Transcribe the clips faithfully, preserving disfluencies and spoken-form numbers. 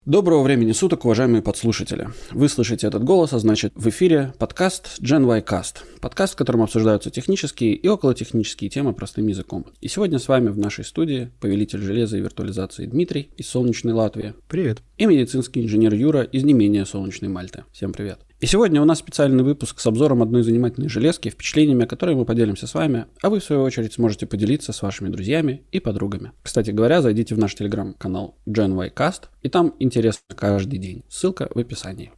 Доброго времени суток, уважаемые подслушатели. Вы слышите этот голос, а значит в эфире подкаст GenYcast. Подкаст, в котором обсуждаются технические и околотехнические темы простым языком. И сегодня с вами в нашей студии повелитель железа и виртуализации Дмитрий из солнечной Латвии. Привет. И медицинский инженер Юра из не менее солнечной Мальты. Всем привет. И сегодня у нас специальный выпуск с обзором одной занимательной железки, впечатлениями, которые мы поделимся с вами, а вы, в свою очередь, сможете поделиться с вашими друзьями и подругами. Кстати говоря, зайдите в наш телеграм-канал GenYcast, и там интересно каждый день. Ссылка в описании.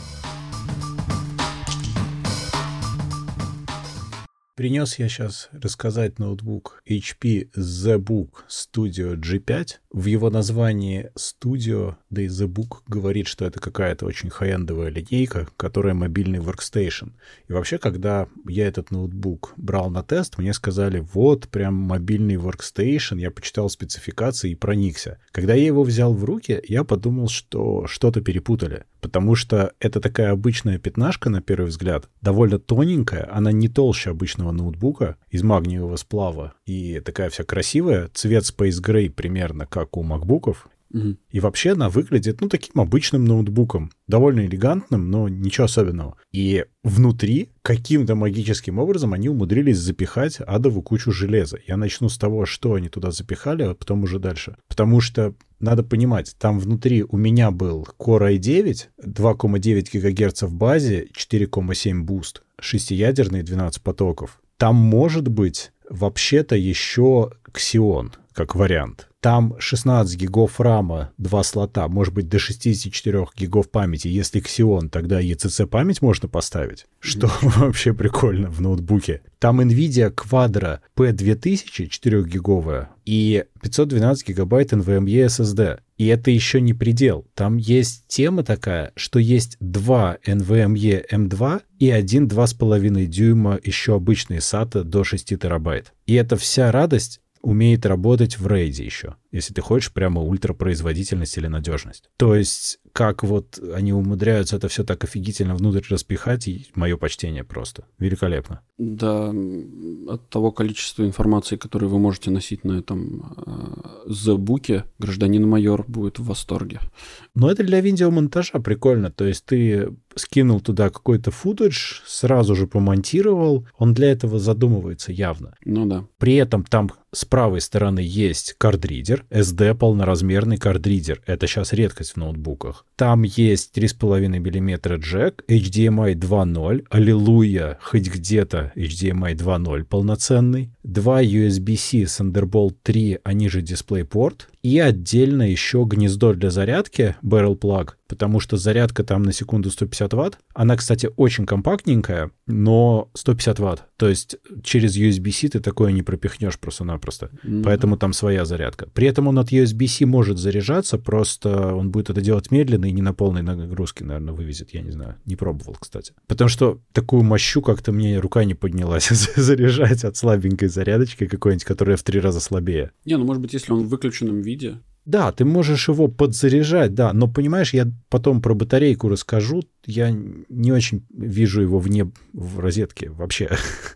Принес я сейчас рассказать ноутбук эйч пи ZBook Studio джи пять. В его названии Studio, да и ZBook говорит, что это какая-то очень хай-эндовая линейка, которая мобильный workstation. И вообще, когда я этот ноутбук брал на тест, мне сказали, вот, прям мобильный workstation. Я почитал спецификации и проникся. Когда я его взял в руки, я подумал, что что-то перепутали. Потому что это такая обычная пятнашка, на первый взгляд, довольно тоненькая, она не толще обычного ноутбука из магниевого сплава и такая вся красивая, цвет Space Gray примерно как у макбуков. Угу. И вообще она выглядит, ну, таким обычным ноутбуком, довольно элегантным, но ничего особенного. И внутри каким-то магическим образом они умудрились запихать адовую кучу железа. Я начну с того, что они туда запихали, а потом уже дальше. Потому что надо понимать, там внутри у меня был Core ай девять, два целых девять гигагерца в базе, четыре целых семь буст, шестиядерный, двенадцать потоков. Там может быть вообще-то еще Xeon, как вариант. Там шестнадцать гигов рама, два слота, может быть, до шестьдесят четыре гигов памяти. Если Xeon, тогда и си си память можно поставить, что mm-hmm. вообще прикольно в ноутбуке. Там NVIDIA Quadro пи две тысячи, четырехгиговая, и пятьсот двенадцать гигабайт NVMe эс эс ди. И это еще не предел. Там есть тема такая, что есть два NVMe эм два и один два с половиной дюйма еще обычный SATA до шести терабайт. И это вся радость умеет работать в RAID еще, если ты хочешь прямо ультрапроизводительность или надежность. То есть, как вот они умудряются это все так офигительно внутрь распихать, и мое почтение просто. Великолепно. Да, от того количества информации, которую вы можете носить на этом э, ZBook, гражданин-майор будет в восторге. Но это для видеомонтажа прикольно. То есть ты скинул туда какой-то футаж, сразу же помонтировал. Он для этого задумывается явно. Ну да. При этом там с правой стороны есть кардридер, эс ди полноразмерный кардридер. Это сейчас редкость в ноутбуках. Там есть три с половиной миллиметра джек, эйч ди эм ай два ноль, аллилуйя, хоть где-то эйч ди эм ай два ноль полноценный, два ю эс би-C Thunderbolt три, они же DisplayPort, и отдельно еще гнездо для зарядки, Barrel Plug, потому что зарядка там на секунду сто пятьдесят ватт. Она, кстати, очень компактненькая, но сто пятьдесят ватт. То есть через ю эс би-C ты такое не пропихнешь просто-напросто. Mm-hmm. Поэтому там своя зарядка. При этом он от ю эс би-C может заряжаться, просто он будет это делать медленно и не на полной нагрузке, наверное, вывезет. Я не знаю. Не пробовал, кстати. Потому что такую мощу как-то мне рука не поднялась заряжать от слабенькой зарядочки какой-нибудь, которая в три раза слабее. Не, ну может быть, если он в выключенном виде. Да, ты можешь его подзаряжать, да, но, понимаешь, я потом про батарейку расскажу, я не очень вижу его вне в розетке вообще.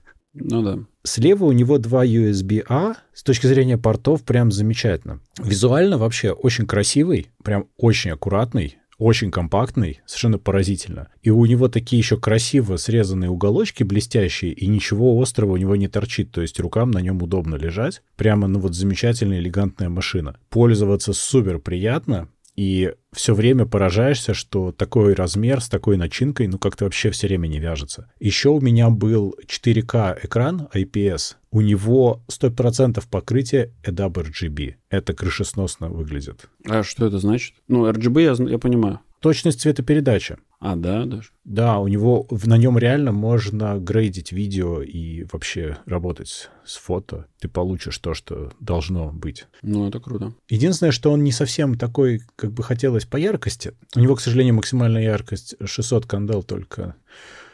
Ну да. Слева у него два ю эс би-A, с точки зрения портов прям замечательно. Визуально вообще очень красивый, прям очень аккуратный. Очень компактный, совершенно поразительно. И у него такие еще красиво срезанные уголочки блестящие, и ничего острого у него не торчит. То есть рукам на нем удобно лежать. Прямо, ну вот, замечательная, элегантная машина. Пользоваться супер приятно. И все время поражаешься, что такой размер с такой начинкой, ну, как-то вообще все время не вяжется. Еще у меня был четыре ка экран ай пи эс. У него сто процентов покрытие и ди эй дабл ю ар джи би. Это крышесносно выглядит. А что это значит? Ну, эр джи би я, я понимаю. Точность цветопередачи. А, да, даже? Да, у него, на нем реально можно грейдить видео и вообще работать с фото. Ты получишь то, что должно быть. Ну, это круто. Единственное, что он не совсем такой, как бы хотелось по яркости. У него, к сожалению, максимальная яркость шестьсот кандел только. То есть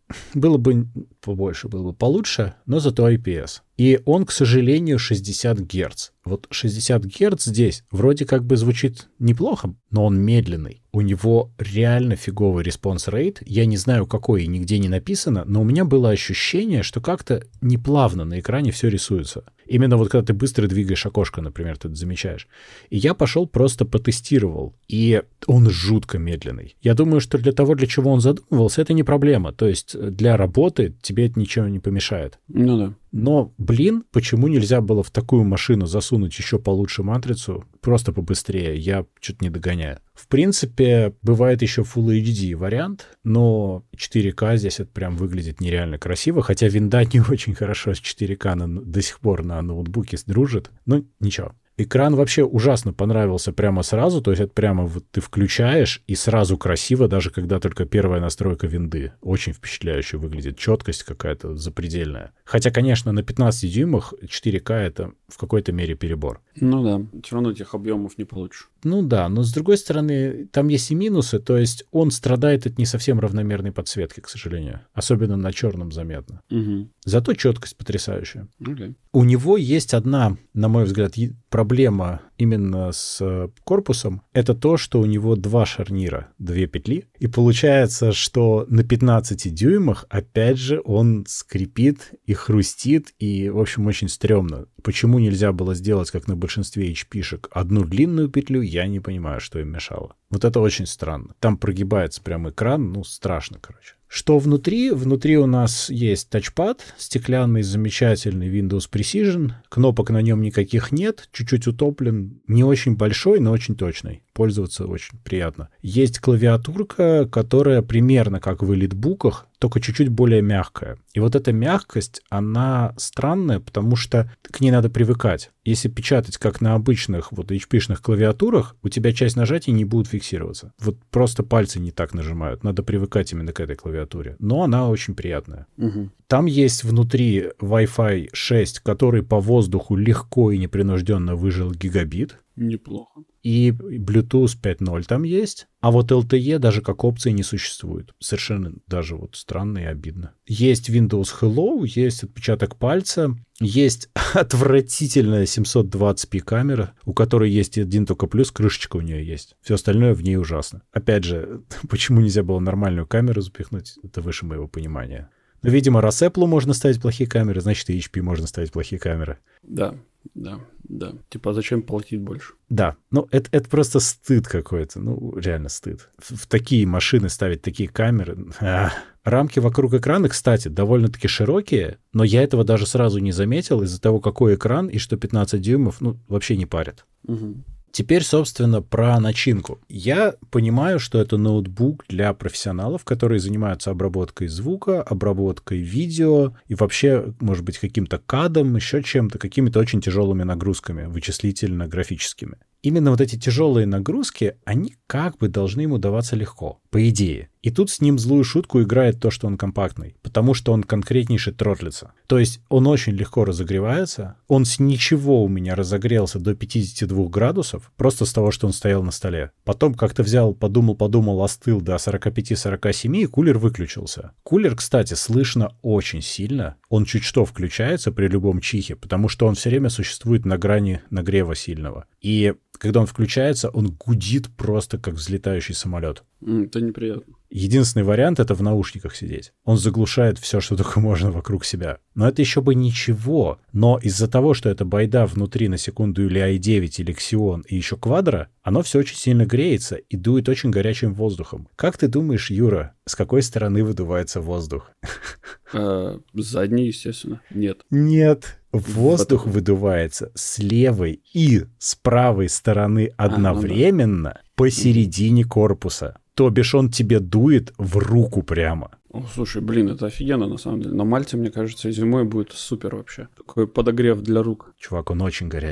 было бы побольше, было бы получше, но зато ай пи эс. И он, к сожалению, шестьдесят герц. Вот шестьдесят герц здесь вроде как бы звучит неплохо, но он медленный. У него реально фиговый респонс-рейт. Я не знаю, какой, и нигде не написано, но у меня было ощущение, что как-то неплавно на экране все рисуется. Именно вот когда ты быстро двигаешь окошко, например, ты это замечаешь. И я пошел просто потестировал, и он жутко медленный. Я думаю, что для того, для чего он задумывался, это не проблема. То есть для работы тебе это ничего не помешает. Ну да. Но, блин, почему нельзя было в такую машину засунуть еще получше матрицу, просто побыстрее? Я что-то не догоняю. В принципе, бывает еще Full эйч ди вариант, но четыре ка здесь это прям выглядит нереально красиво, хотя винда не очень хорошо с четыре ка на, до сих пор на ноутбуке дружит, но ничего. Экран вообще ужасно понравился прямо сразу, то есть это прямо вот ты включаешь, и сразу красиво, даже когда только первая настройка винды. Очень впечатляюще выглядит, четкость какая-то запредельная. Хотя, конечно, на пятнадцати дюймах четыре ка это в какой-то мере перебор. Ну да, все равно этих объемов не получишь. Ну да, но с другой стороны, там есть и минусы, то есть он страдает от не совсем равномерной подсветки, к сожалению. Особенно на черном заметно. Угу. Зато четкость потрясающая. Okay. У него есть одна, на мой взгляд, проблема именно с корпусом. Это то, что у него два шарнира, две петли. И получается, что на пятнадцати дюймах, опять же, он скрипит и хрустит, и, в общем, очень стрёмно. Почему нельзя было сделать, как на большинстве эйч пи-шек, одну длинную петлю, я не понимаю, что им мешало. Вот это очень странно. Там прогибается прям экран, ну, страшно, короче. Что внутри? Внутри у нас есть тачпад, стеклянный, замечательный Windows Precision. Кнопок на нем никаких нет, чуть-чуть утоплен. Не очень большой, но очень точный. Пользоваться очень приятно. Есть клавиатурка, которая примерно как в элитбуках, только чуть-чуть более мягкая. И вот эта мягкость, она странная, потому что к ней надо привыкать. Если печатать, как на обычных вот эйч пи-шных клавиатурах, у тебя часть нажатий не будет фиксироваться. Вот просто пальцы не так нажимают. Надо привыкать именно к этой клавиатуре. Но она очень приятная. Угу. Там есть внутри Wi-Fi шесть, который по воздуху легко и непринужденно выжил гигабит. Неплохо. И Bluetooth пять ноль там есть. А вот эл ти и даже как опции не существует. Совершенно даже вот странно и обидно. Есть Windows Hello, есть отпечаток пальца, есть отвратительная семьсот двадцать пи камера, у которой есть один только плюс, крышечка у нее есть. Все остальное в ней ужасно. Опять же, почему нельзя было нормальную камеру запихнуть, это выше моего понимания. Но, видимо, раз Apple можно ставить плохие камеры, значит, и эйч пи можно ставить плохие камеры. Да, да, да. Типа, а зачем платить больше? Да, ну это, это просто стыд какой-то, ну реально стыд. В, в такие машины ставить такие камеры. А. Рамки вокруг экрана, кстати, довольно-таки широкие, но я этого даже сразу не заметил из-за того, какой экран и что пятнадцать дюймов, ну, вообще не парит. Угу. Теперь, собственно, про начинку. Я понимаю, что это ноутбук для профессионалов, которые занимаются обработкой звука, обработкой видео и вообще, может быть, каким-то кадом, еще чем-то, какими-то очень тяжелыми нагрузками, вычислительно-графическими. Именно вот эти тяжелые нагрузки, они как бы должны ему даваться легко, по идее. И тут с ним злую шутку играет то, что он компактный, потому что он конкретнейше тротлится. То есть он очень легко разогревается, он с ничего у меня разогрелся до пятидесяти двух градусов, просто с того, что он стоял на столе. Потом как-то взял, подумал-подумал, остыл до сорок пять сорок семь, и кулер выключился. Кулер, кстати, слышно очень сильно, он чуть что включается при любом чихе, потому что он все время существует на грани нагрева сильного. И когда он включается, он гудит просто как взлетающий самолет. Это неприятно. Единственный вариант — это в наушниках сидеть. Он заглушает все, что только можно вокруг себя. Но это еще бы ничего. Но из-за того, что это байда внутри на секунду или ай девять, или Xeon, и еще Quadro, оно все очень сильно греется и дует очень горячим воздухом. Как ты думаешь, Юра, с какой стороны выдувается воздух? С задней, естественно. Нет. Нет. Воздух выдувается с левой и с правой стороны одновременно, а, ну да, посередине корпуса. То бишь он тебе дует в руку прямо. О, слушай, блин, это офигенно на самом деле. На Мальте, мне кажется, зимой будет супер вообще. Такой подогрев для рук. Чувак, он очень горячий.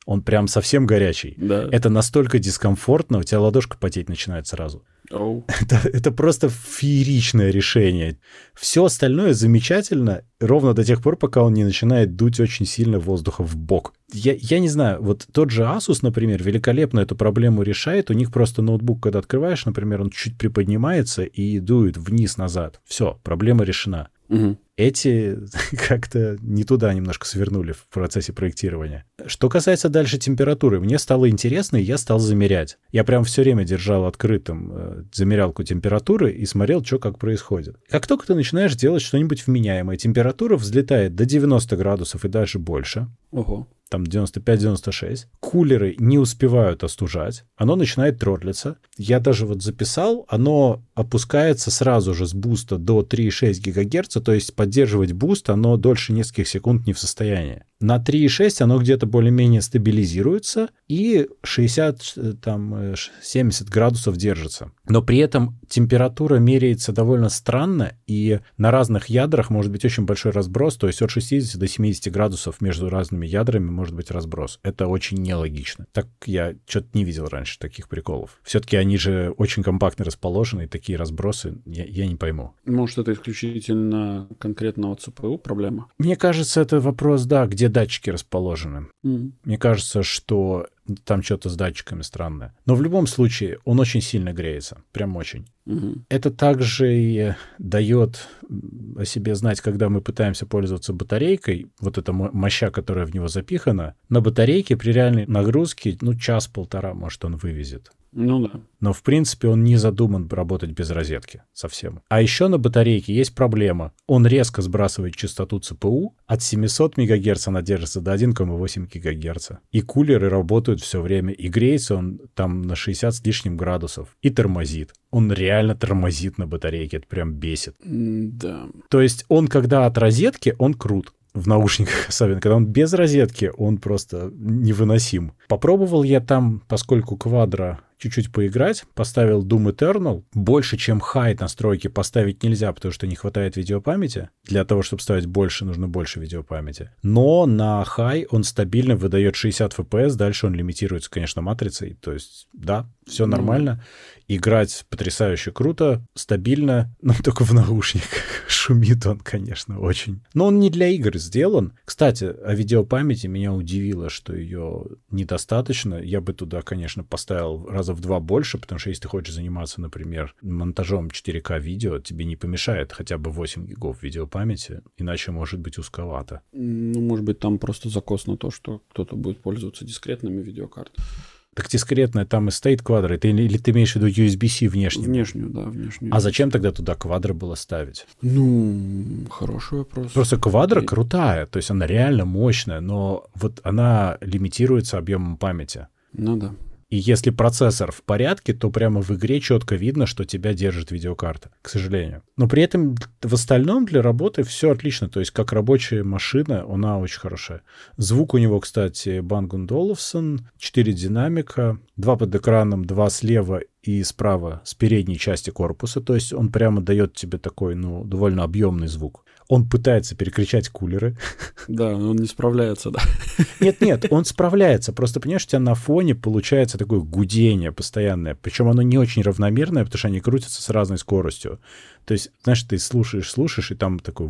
Он прям совсем горячий. Да. Это настолько дискомфортно, у тебя ладошка потеть начинает сразу. Oh. Это, это просто фееричное решение. Все остальное замечательно, ровно до тех пор, пока он не начинает дуть очень сильно воздуха в бок. Я, я не знаю, вот тот же Asus, например, великолепно эту проблему решает. У них просто ноутбук, когда открываешь, например, он чуть приподнимается и дует вниз-назад. Все, проблема решена. Угу. Эти как-то не туда немножко свернули в процессе проектирования. Что касается дальше температуры, мне стало интересно, и я стал замерять. Я прям все время держал открытым э, замерялку температуры и смотрел, что как происходит. Как только ты начинаешь делать что-нибудь вменяемое, температура взлетает до девяноста градусов и даже больше. Ого. Там девяносто пять - девяносто шесть. Кулеры не успевают остужать. Оно начинает тротлиться. Я даже вот записал, оно опускается сразу же с буста до три и шесть гигагерца, то есть поддерживать буст оно дольше нескольких секунд не в состоянии. На три и шесть оно где-то более-менее стабилизируется и шестьдесят, там, семьдесят градусов держится. Но при этом температура меряется довольно странно, и на разных ядрах может быть очень большой разброс, то есть от шестидесяти до семидесяти градусов между разными ядрами может быть разброс. Это очень нелогично. Так я что-то не видел раньше таких приколов. Все-таки они же очень компактно расположены, и такие разбросы я, я не пойму. Может, это исключительно конкретного ЦПУ проблема? Мне кажется, это вопрос, да, где датчики расположены. Mm. Мне кажется, что там что-то с датчиками странное. Но в любом случае он очень сильно греется. Прям очень. Mm-hmm. Это также и дает о себе знать, когда мы пытаемся пользоваться батарейкой. Вот эта моща, которая в него запихана. На батарейке при реальной нагрузке, ну, час-полтора, может, он вывезет. Ну да. Но, в принципе, он не задуман работать без розетки совсем. А еще на батарейке есть проблема. Он резко сбрасывает частоту ЦПУ. От семисот мегагерц она держится до одного целых восьми гигагерца. И кулеры работают все время. И греется он там на шестьдесят с лишним градусов. И тормозит. Он реально тормозит на батарейке. Это прям бесит. Да. То есть он, когда от розетки, он крут. В наушниках особенно. Когда он без розетки, он просто невыносим. Попробовал я там, поскольку квадро, чуть-чуть поиграть, поставил Doom Eternal. Больше, чем high настройки поставить нельзя, потому что не хватает видеопамяти. Для того, чтобы ставить больше, нужно больше видеопамяти. Но на high он стабильно выдает шестьдесят эф пи эс, дальше он лимитируется, конечно, матрицей. То есть, да, все mm-hmm. нормально. Играть потрясающе круто, стабильно, но только в наушниках. Шумит он, конечно, очень. Но он не для игр сделан. Кстати, о видеопамяти меня удивило, что ее недостаточно. Я бы туда, конечно, поставил раза в два больше, потому что если ты хочешь заниматься, например, монтажом четыре ка видео, тебе не помешает хотя бы восемь гигов видеопамяти, иначе может быть узковато. Ну, может быть, там просто закос на то, что кто-то будет пользоваться дискретными видеокартами. Так дискретная там и стоит квадро, ты, или ты имеешь в виду ю эс би-C внешнюю? Внешнюю, да, внешнюю. А зачем тогда туда квадро было ставить? Ну, хороший вопрос. Просто квадро крутая, то есть она реально мощная, но вот она лимитируется объемом памяти. Ну да. И если процессор в порядке, то прямо в игре четко видно, что тебя держит видеокарта, к сожалению. Но при этом в остальном для работы все отлично. То есть как рабочая машина, она очень хорошая. Звук у него, кстати, Bang энд Olufsen, четыре динамика, два под экраном, два слева и справа с передней части корпуса. То есть он прямо дает тебе такой, ну, довольно объемный звук. Он пытается перекричать кулеры. Да, он не справляется, да. Нет-нет, он справляется. Просто, понимаешь, у тебя на фоне получается такое гудение постоянное. Причем оно не очень равномерное, потому что они крутятся с разной скоростью. То есть, знаешь, ты слушаешь, слушаешь, и там такой...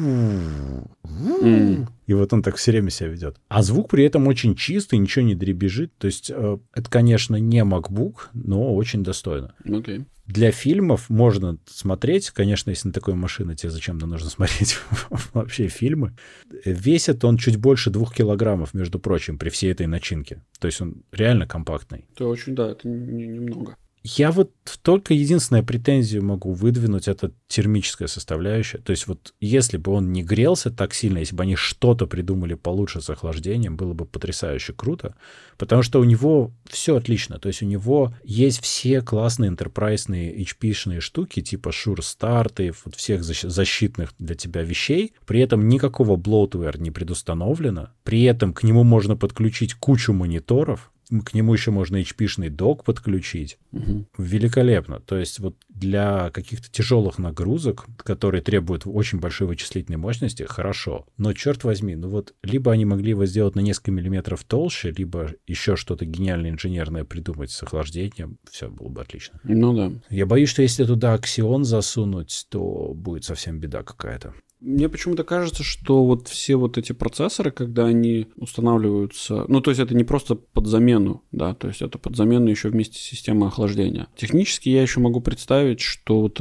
Mm. И вот он так все время себя ведет. А звук при этом очень чистый, ничего не дребезжит. То есть э, это, конечно, не MacBook, но очень достойно. Okay. Для фильмов можно смотреть, конечно, если на такой машине, тебе зачем-то нужно смотреть вообще фильмы. Весит он чуть больше двух килограммов, между прочим, при всей этой начинке. То есть он реально компактный. Это очень, да, это немного. Я вот только единственную претензию могу выдвинуть, это термическая составляющая. То есть вот если бы он не грелся так сильно, если бы они что-то придумали получше с охлаждением, было бы потрясающе круто, потому что у него все отлично. То есть у него есть все классные энтерпрайзные эйч пи-шные штуки, типа Sure Start и вот всех защитных для тебя вещей. При этом никакого bloatware не предустановлено. При этом к нему можно подключить кучу мониторов. К нему еще можно эйч пи-шный док подключить. Угу. Великолепно. То есть вот для каких-то тяжелых нагрузок, которые требуют очень большой вычислительной мощности, хорошо. Но, черт возьми, ну вот либо они могли его сделать на несколько миллиметров толще, либо еще что-то гениальное инженерное придумать с охлаждением, все было бы отлично. Ну да. Я боюсь, что если туда Xeon засунуть, то будет совсем беда какая-то. Мне почему-то кажется, что вот все вот эти процессоры, когда они устанавливаются... Ну, то есть это не просто под замену, да, то есть это под замену еще вместе с системой охлаждения. Технически я еще могу представить, что вот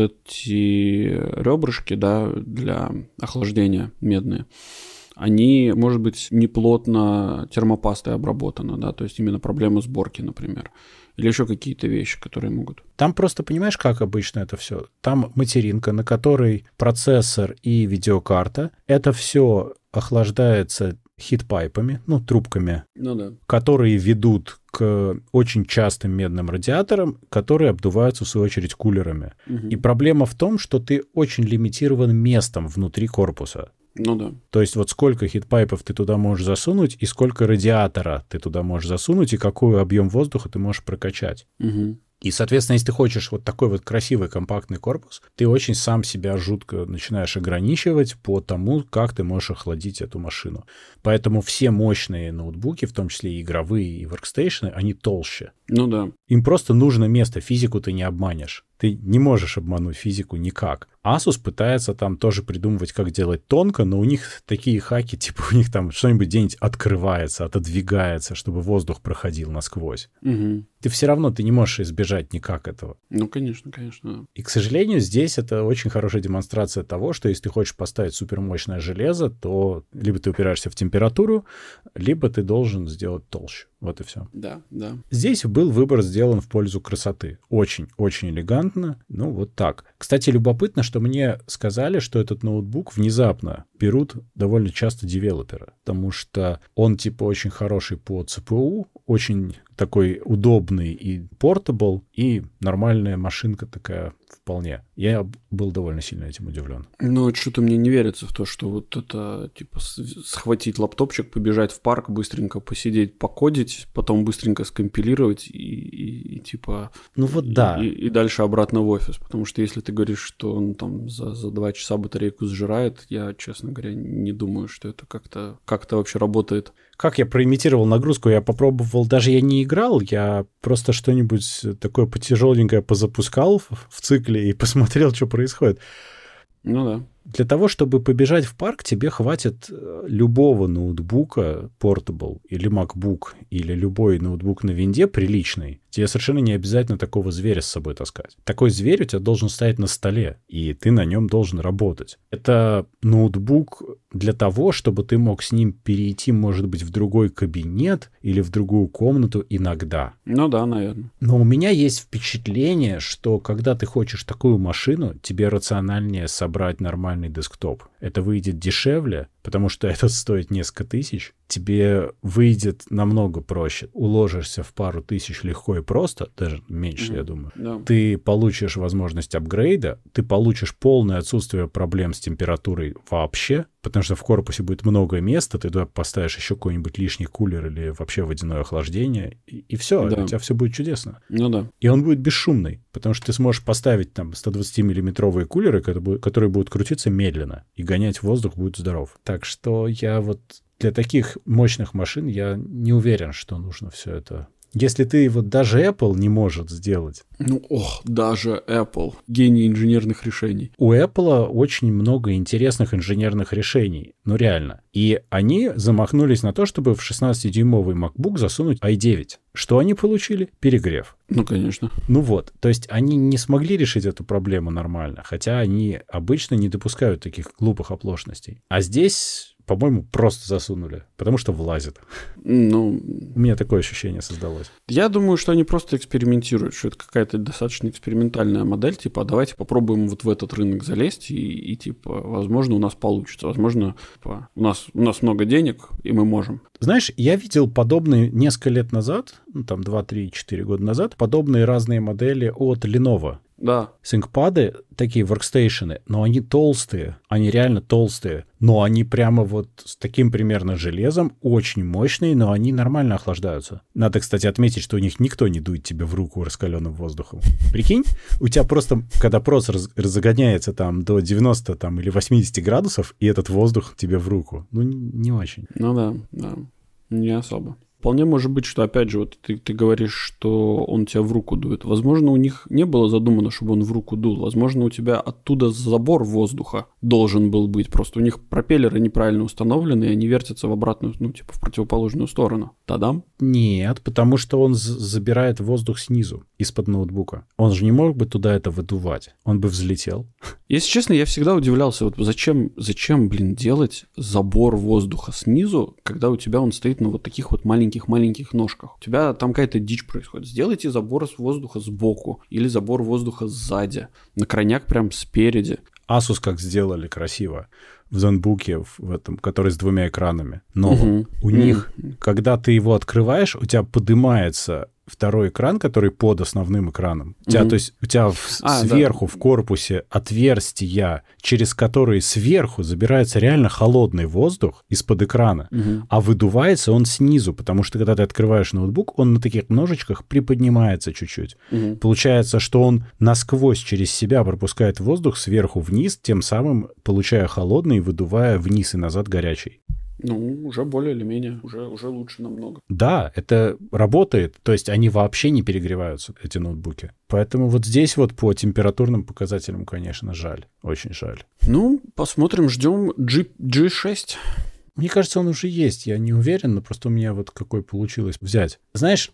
эти ребрышки, да, для охлаждения медные, они, может быть, неплотно термопастой обработаны, да, то есть именно проблема сборки, например. Или еще какие-то вещи, которые могут. Там просто, понимаешь, как обычно это все? Там материнка, на которой процессор и видеокарта. Это все охлаждается хитпайпами, ну, трубками, ну, да. которые ведут к очень частым медным радиаторам, которые обдуваются, в свою очередь, кулерами. Угу. И проблема в том, что ты очень лимитирован местом внутри корпуса. Ну да. То есть вот сколько хитпайпов ты туда можешь засунуть, и сколько радиатора ты туда можешь засунуть, и какой объем воздуха ты можешь прокачать. Угу. И, соответственно, если ты хочешь вот такой вот красивый компактный корпус, ты очень сам себя жутко начинаешь ограничивать по тому, как ты можешь охладить эту машину. Поэтому все мощные ноутбуки, в том числе и игровые, и воркстейшены, они толще. Ну да. Им просто нужно место, физику ты не обманешь. Ты не можешь обмануть физику никак. Asus пытается там тоже придумывать, как делать тонко, но у них такие хаки, типа у них там что-нибудь где-нибудь открывается, отодвигается, чтобы воздух проходил насквозь. Угу. Ты все равно ты не можешь избежать никак этого. Ну, конечно, конечно. И, к сожалению, здесь это очень хорошая демонстрация того, что если ты хочешь поставить супермощное железо, то либо ты упираешься в температуру, либо ты должен сделать толще. Вот и все. Да, да. Здесь был выбор сделан в пользу красоты. Очень-очень элегантно. Ну, вот так. Кстати, любопытно, что мне сказали, что этот ноутбук внезапно берут довольно часто девелоперы, потому что он типа очень хороший по ЦПУ, очень такой удобный и портабл, и нормальная машинка такая вполне. Я был довольно сильно этим удивлен. Ну, что-то мне не верится в то, что вот это, типа, схватить лаптопчик, побежать в парк, быстренько посидеть, покодить, потом быстренько скомпилировать и, и, и типа... Ну вот да. И, и дальше обратно в офис. Потому что если ты говоришь, что он там за, за два часа батарейку сжирает, я, честно говоря, не думаю, что это как-то, как-то вообще работает. Как я проимитировал нагрузку? Я попробовал, даже я не играл, я просто что-нибудь такое потяжеленькое позапускал в цикле и посмотрел, что происходит. Ну да. Для того, чтобы побежать в парк, тебе хватит любого ноутбука Portable или MacBook, или любой ноутбук на винде приличный. Тебе совершенно не обязательно такого зверя с собой таскать. Такой зверь у тебя должен стоять на столе, и ты на нем должен работать. Это ноутбук для того, чтобы ты мог с ним перейти, может быть, в другой кабинет или в другую комнату иногда. Ну да, наверное. Но у меня есть впечатление, что когда ты хочешь такую машину, тебе рациональнее собрать нормальный десктоп. Это выйдет дешевле, потому что это стоит несколько тысяч. Тебе выйдет намного проще. Уложишься в пару тысяч легко и просто, даже меньше, mm-hmm. я думаю. Yeah. Ты получишь возможность апгрейда, ты получишь полное отсутствие проблем с температурой вообще, потому что в корпусе будет много места, ты туда поставишь еще какой-нибудь лишний кулер или вообще водяное охлаждение, и, и все, yeah. у тебя все будет чудесно. Ну да. И он будет бесшумный, потому что ты сможешь поставить там сто двадцатимиллиметровые кулеры, которые будут крутиться медленно, и гонять воздух будет здоров. Так что я вот для таких мощных машин я не уверен, что нужно все это. Если ты вот даже Apple не может сделать. Ну, ох, даже Apple. Гений инженерных решений. У Apple очень много интересных инженерных решений. Ну, реально. И они замахнулись на то, чтобы в шестнадцатидюймовый MacBook засунуть ай девять. Что они получили? Перегрев. Ну, конечно. Ну вот. То есть они не смогли решить эту проблему нормально. Хотя они обычно не допускают таких глупых оплошностей. А здесь... по-моему, просто засунули, потому что влазит. Ну, у меня такое ощущение создалось. Я думаю, что они просто экспериментируют, что это какая-то достаточно экспериментальная модель, типа, а давайте попробуем вот в этот рынок залезть, и, и типа, возможно, у нас получится, возможно, типа, у нас, у нас много денег, и мы можем. Знаешь, я видел подобные несколько лет назад, ну, там два, три, четыре года назад, подобные разные модели от Lenovo. Да. ThinkPad'ы такие воркстейшены, но они толстые, они реально толстые, но они прямо вот с таким примерно железом, очень мощные, но они нормально охлаждаются. Надо, кстати, отметить, что у них никто не дует тебе в руку раскаленным воздухом. Прикинь, у тебя просто, когда процессор разгоняется там до девяноста там, или восьмидесяти градусов, и этот воздух тебе в руку, ну, не очень. Ну да, да, не особо. Вполне может быть, что, опять же, вот ты, ты говоришь, что он тебя в руку дует. Возможно, у них не было задумано, чтобы он в руку дул. Возможно, у тебя оттуда забор воздуха должен был быть. Просто у них пропеллеры неправильно установлены, и они вертятся в обратную, ну, типа, в противоположную сторону. Тадам? Нет, потому что он забирает воздух снизу, из-под ноутбука. Он же не мог бы туда это выдувать. Он бы взлетел. Если честно, я всегда удивлялся, вот зачем, зачем, блин, делать забор воздуха снизу, когда у тебя он стоит на вот таких вот маленьких-маленьких ножках. У тебя там какая-то дичь происходит. Сделайте забор воздуха сбоку или забор воздуха сзади. На крайняк прям спереди. Asus как сделали красиво в ZenBook'е, в этом, который с двумя экранами. Но угу. у них, угу. когда ты его открываешь, у тебя поднимается второй экран, который под основным экраном. У тебя, mm-hmm. то есть у тебя в, а, сверху да. в корпусе отверстия, через которые сверху забирается реально холодный воздух из-под экрана, mm-hmm. а выдувается он снизу, потому что когда ты открываешь ноутбук, он на таких ножичках приподнимается чуть-чуть. Mm-hmm. Получается, что он насквозь через себя пропускает воздух сверху вниз, тем самым получая холодный и выдувая вниз и назад горячий. Ну, уже более или менее, уже, уже лучше намного. Да, это работает, то есть они вообще не перегреваются, эти ноутбуки. Поэтому вот здесь вот по температурным показателям, конечно, жаль, очень жаль. Ну, посмотрим, ждем джи шесть. Мне кажется, он уже есть, я не уверен, но просто у меня вот какой получилось взять. Знаешь,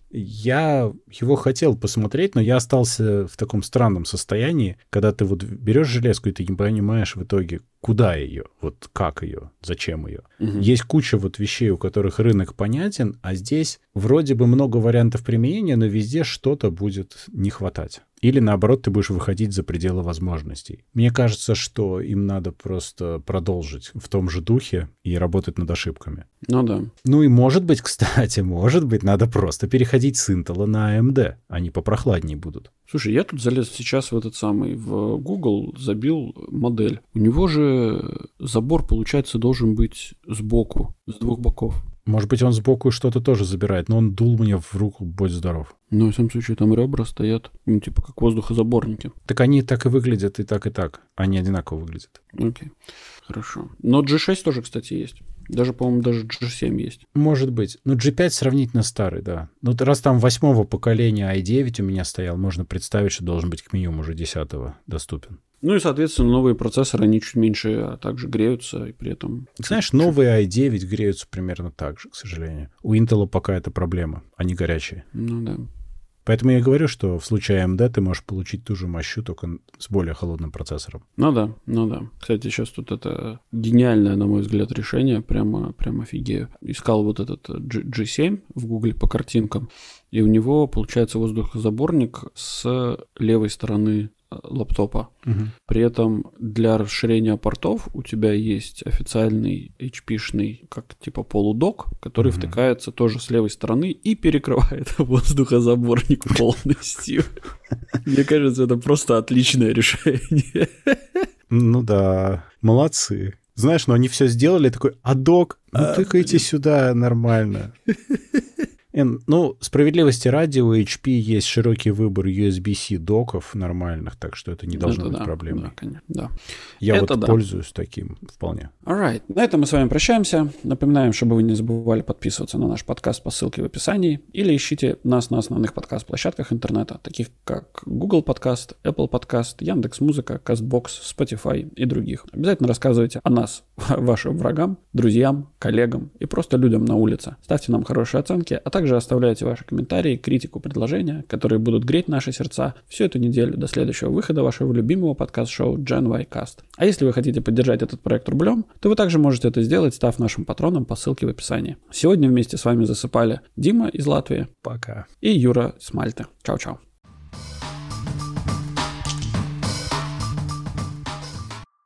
я его хотел посмотреть, но я остался в таком странном состоянии, когда ты вот берешь железку, и ты не понимаешь в итоге, куда ее, вот как ее, зачем ее. Угу. Есть куча вот вещей, у которых рынок понятен, а здесь вроде бы много вариантов применения, но везде что-то будет не хватать. Или, наоборот, ты будешь выходить за пределы возможностей. Мне кажется, что им надо просто продолжить в том же духе и работать над ошибками. Ну да. Ну и может быть, кстати, может быть, надо просто переходить с Intel на эй эм ди. Они попрохладнее будут. Слушай, я тут залез сейчас в этот самый, в Google, забил модель. У него же забор, получается, должен быть сбоку, с двух боков. Может быть, он сбоку что-то тоже забирает, но он дул мне в руку, будь здоров. Ну, в всяком случае, там ребра стоят, ну, типа как воздухозаборники. Так они так и выглядят, и так, и так. Они одинаково выглядят. Окей, хорошо. Но джи шесть тоже, кстати, есть. Даже, по-моему, даже джи семь есть. Может быть. Ну, джи пять сравнительно старый, да. Ну, раз там восьмого поколения ай девять у меня стоял, можно представить, что должен быть к минимум уже десятого доступен. Ну и, соответственно, новые процессоры, они чуть меньше а также греются, и при этом... Знаешь, чуть-чуть... новые ай девять греются примерно так же, к сожалению. У Intel пока это проблема, они горячие. Ну да. Поэтому я говорю, что в случае эй эм ди ты можешь получить ту же мощу, только с более холодным процессором. Ну да, ну да. Кстати, сейчас тут это гениальное, на мой взгляд, решение. Прямо, прямо офигею. Искал вот этот джи семь в Гугле по картинкам, и у него получается воздухозаборник с левой стороны лаптопа. Угу. При этом для расширения портов у тебя есть официальный эйч пи-шный, как типа полудок, который угу. втыкается тоже с левой стороны и перекрывает воздухозаборник полностью. Мне кажется, это просто отличное решение. Ну да, молодцы. Знаешь, ну они все сделали, такой, а док, ну тыкайте сюда нормально. Ну, справедливости ради, у эйч пи есть широкий выбор ю эс би-C доков нормальных, так что это не должно это быть да, проблемой. Да, конечно, да. Я это вот да. пользуюсь таким вполне. Alright. На этом мы с вами прощаемся. Напоминаем, чтобы вы не забывали подписываться на наш подкаст по ссылке в описании или ищите нас на основных подкаст-площадках интернета, таких как Google Подкаст, Apple Подкаст, Яндекс.Музыка, Castbox, Spotify и других. Обязательно рассказывайте о нас вашим врагам, друзьям, коллегам и просто людям на улице. Ставьте нам хорошие оценки, а также Также оставляйте ваши комментарии, критику, предложения, которые будут греть наши сердца всю эту неделю до следующего выхода вашего любимого подкаст-шоу Gen Y Cast. А если вы хотите поддержать этот проект рублем, то вы также можете это сделать, став нашим патроном по ссылке в описании. Сегодня вместе с вами засыпали Дима из Латвии. Пока. И Юра с Мальты. Чао-чао.